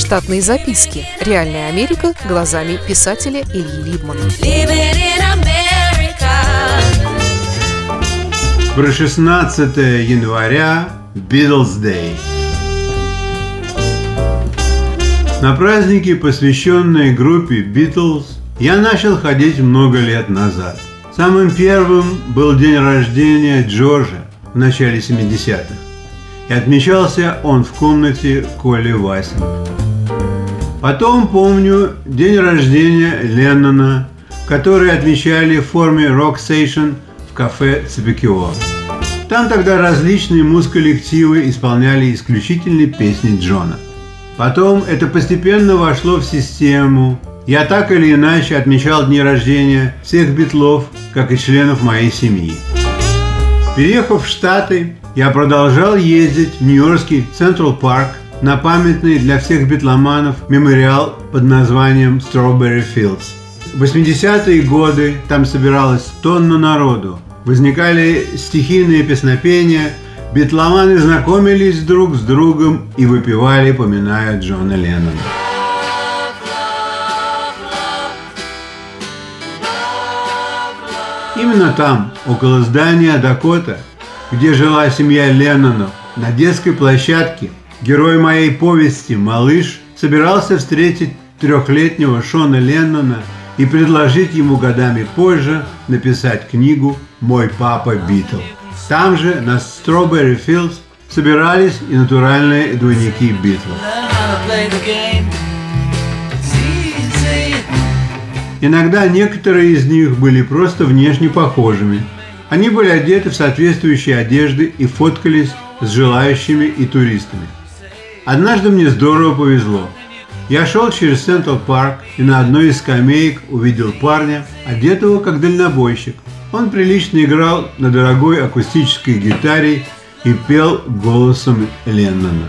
Штатные записки. Реальная Америка глазами писателя Ильи Либмана. Про 16 января Beatles Day. На праздники, посвященные группе Beatles, я начал ходить много лет назад. Самым первым был день рождения Джорджа в начале 70-х. И отмечался он в комнате Коли Васина. Потом помню день рождения Леннона, который отмечали в форме рок-сейшн в кафе Цепекио. Там тогда различные муз-коллективы исполняли исключительные песни Джона. Потом это постепенно вошло в систему. Я так или иначе отмечал дни рождения всех битлов, как и членов моей семьи. Переехав в Штаты, я продолжал ездить в Нью-Йоркский Централ Парк на памятный для всех битломанов мемориал под названием Strawberry Fields. В 80-е годы там собиралась тонна народу. Возникали стихийные песнопения, битломаны знакомились друг с другом и выпивали, поминая Джона Леннона. Именно там, около здания Дакота, где жила семья Леннонов, на детской площадке, герой моей повести, малыш, собирался встретить трехлетнего Шона Леннона и предложить ему годами позже написать книгу «Мой папа Битл». Там же, на Strawberry Fields, собирались и натуральные двойники Битлов. Иногда некоторые из них были просто внешне похожими. Они были одеты в соответствующие одежды и фоткались с желающими и туристами. Однажды мне здорово повезло. Я шел через Централ Парк и на одной из скамеек увидел парня, одетого как дальнобойщик. Он прилично играл на дорогой акустической гитаре и пел голосом Леннона.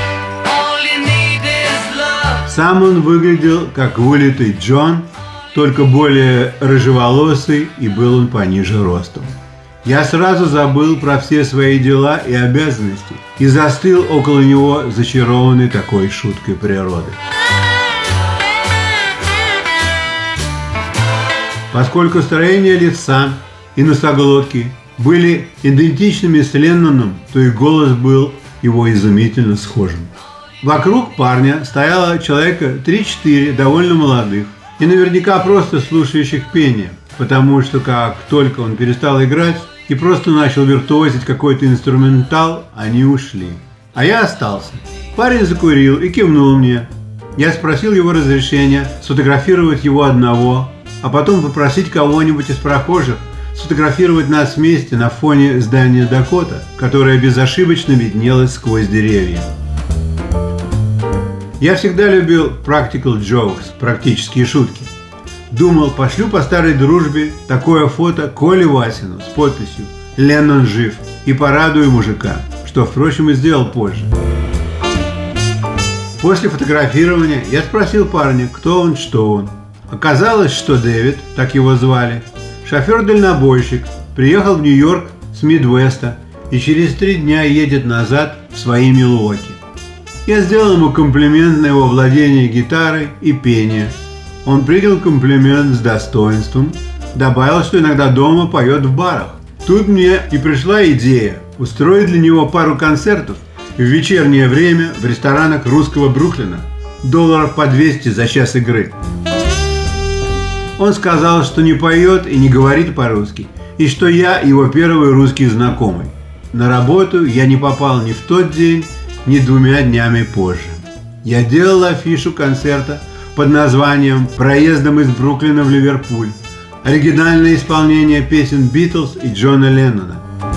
Сам он выглядел как вылитый Джон, только более рыжеволосый, и был он пониже ростом. Я сразу забыл про все свои дела и обязанности и застыл около него, зачарованный такой шуткой природы. Поскольку строение лица и носоглотки были идентичными с Ленноном, то и голос был его изумительно схожим. Вокруг парня стояло человека 3-4 довольно молодых и наверняка просто слушающих пение, потому что как только он перестал играть и просто начал виртуозить какой-то инструментал, они ушли. А я остался. Парень закурил и кивнул мне. Я спросил его разрешения сфотографировать его одного, а потом попросить кого-нибудь из прохожих сфотографировать нас вместе на фоне здания Дакота, которое безошибочно виднелось сквозь деревья. Я всегда любил practical jokes, практические шутки. Думал, пошлю по старой дружбе такое фото Коле Васину с подписью «Леннон жив» и порадую мужика, что, впрочем, и сделал позже. После фотографирования я спросил парня, кто он, что он. Оказалось, что Дэвид, так его звали, шофер-дальнобойщик, приехал в Нью-Йорк с Мидвеста и через 3 дня едет назад в свои Милуоки. Я сделал ему комплимент на его владение гитарой и пение. Он принял комплимент с достоинством, добавил, что иногда дома поет в барах. Тут мне и пришла идея устроить для него пару концертов в вечернее время в ресторанах русского Бруклина, $200 по 200 за час игры. Он сказал, что не поет и не говорит по-русски, и что я его первый русский знакомый. На работу я не попал ни в тот день, ни 2 днями позже. Я делал афишу концерта под названием «Проездом из Бруклина в Ливерпуль». Оригинальное исполнение песен Битлз и Джона Леннона.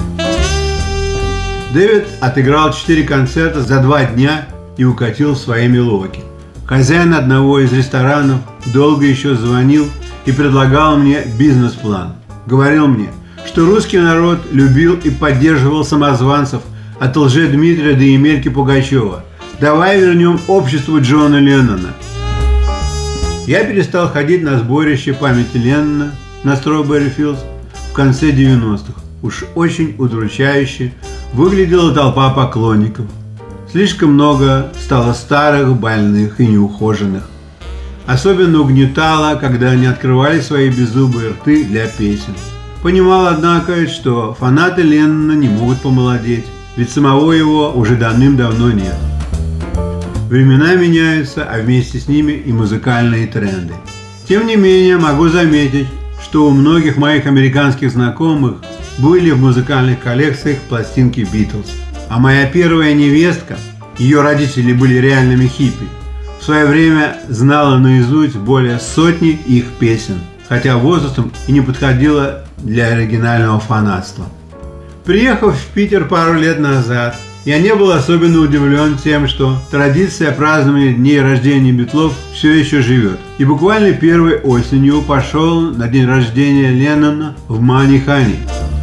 Дэвид отыграл 4 концерта за 2 дня и укатил в свои Милуоки. Хозяин одного из ресторанов долго еще звонил и предлагал мне бизнес-план. Говорил мне, что русский народ любил и поддерживал самозванцев от Лжедмитрия до Емельки Пугачева. Давай вернем обществу Джона Леннона. Я перестал ходить на сборище памяти Леннона на Strawberry Fields в конце 90-х. Уж очень удручающе выглядела толпа поклонников. Слишком много стало старых, больных и неухоженных. Особенно угнетало, когда они открывали свои беззубые рты для песен. Понимал, однако, что фанаты Леннона не могут помолодеть, ведь самого его уже давным-давно нет. Времена меняются, а вместе с ними и музыкальные тренды. Тем не менее, могу заметить, что у многих моих американских знакомых были в музыкальных коллекциях пластинки Битлз. А моя первая невестка, ее родители были реальными хиппи, в свое время знала наизусть более сотни их песен, хотя возрастом и не подходила для оригинального фанатства. Приехав в Питер пару лет назад, я не был особенно удивлен тем, что традиция празднования дней рождения Битлов все еще живет. И буквально первой осенью пошел на день рождения Леннона в Манихани.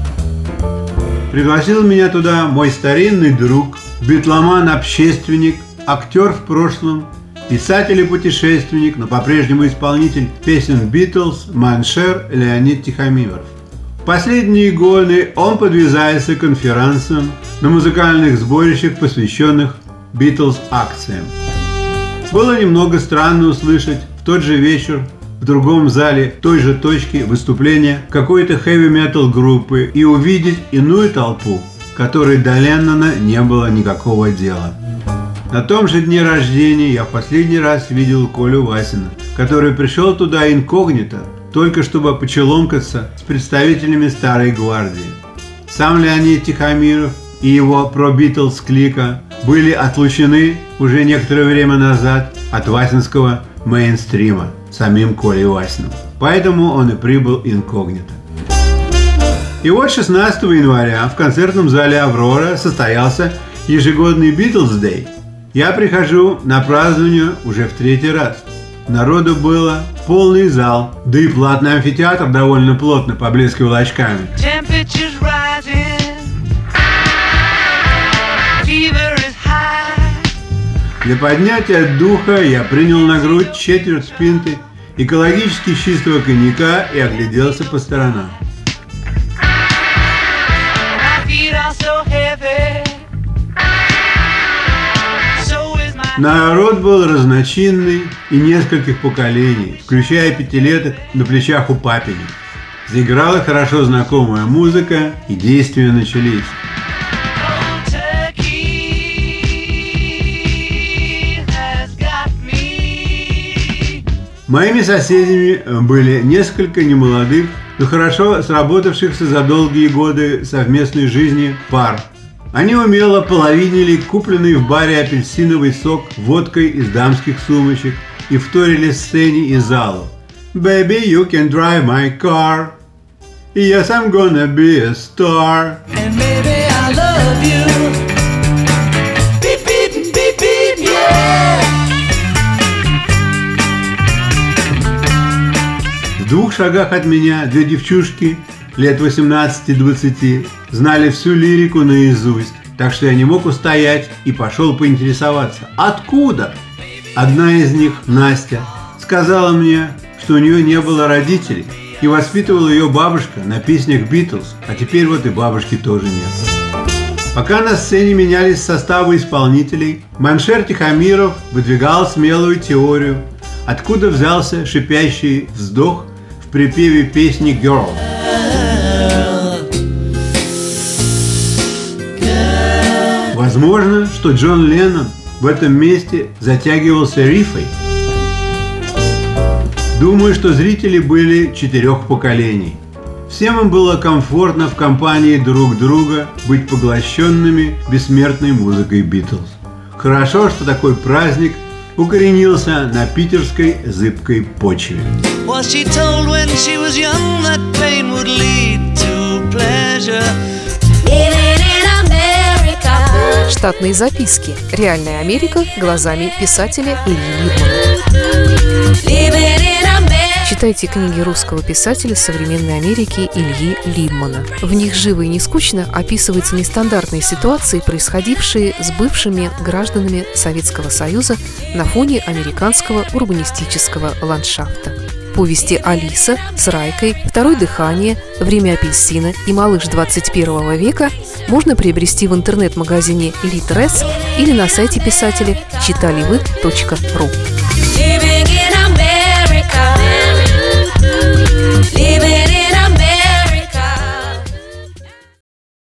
Пригласил меня туда мой старинный друг, битломан-общественник, актер в прошлом, писатель и путешественник, но по-прежнему исполнитель песен Битлз, Маншер Леонид Тихомиров. В последние годы он подвязается к конференциям на музыкальных сборищах, посвященных Битлз акциям. Было немного странно услышать в тот же вечер в другом зале той же точки выступления какой-то хэви-метал группы и увидеть иную толпу, которой до Леннона не было никакого дела. На том же дне рождения я в последний раз видел Колю Васина, который пришел туда инкогнито, только чтобы почеломкаться с представителями старой гвардии. Сам Леонид Тихомиров и его про-Битлз клика были отлучены уже некоторое время назад от васинского мейнстрима самим Колей Васиным. Поэтому он и прибыл инкогнито. И вот 16 января в концертном зале «Аврора» состоялся ежегодный Битлз Дэй. Я прихожу на празднование уже в третий раз. Народу было полный зал, да и платный амфитеатр довольно плотно поблескивал очками. Для поднятия духа я принял на грудь четверть пинты экологически чистого коньяка и огляделся по сторонам. Народ был разночинный и нескольких поколений, включая пятилеток на плечах у папенек. Заиграла хорошо знакомая музыка, и действия начались. Моими соседями были несколько немолодых, но хорошо сработавшихся за долгие годы совместной жизни пар. Они умело половинили купленный в баре апельсиновый сок водкой из дамских сумочек и вторили сцене и залу. Baby, you can drive my car. Yes, I'm gonna be a star. And baby, I love you. Beep, beep, beep, beep, yeah. В 2 шагах от меня 2 девчушки лет 18-20 знали всю лирику наизусть, так что я не мог устоять и пошел поинтересоваться, откуда? Одна из них, Настя, сказала мне, что у нее не было родителей и воспитывала ее бабушка на песнях Битлз, а теперь вот и бабушки тоже нет. Пока на сцене менялись составы исполнителей, Маншер Тихомиров выдвигал смелую теорию, откуда взялся шипящий вздох в припеве песни «Girl». Возможно, что Джон Леннон в этом месте затягивался рифой. Думаю, что зрители были 4 поколений. Всем им было комфортно в компании друг друга быть поглощенными бессмертной музыкой Битлз. Хорошо, что такой праздник укоренился на питерской зыбкой почве. Штатные записки. Реальная Америка глазами писателя Ильи Либмана. Читайте книги русского писателя современной Америки Ильи Либмана. В них живо и не скучно описываются нестандартные ситуации, происходившие с бывшими гражданами Советского Союза на фоне американского урбанистического ландшафта. Повести «Алиса», «С Райкой», «Второе дыхание», «Время апельсина» и «Малыш 21 века» можно приобрести в интернет-магазине Litres или на сайте писателя читаливы.ру.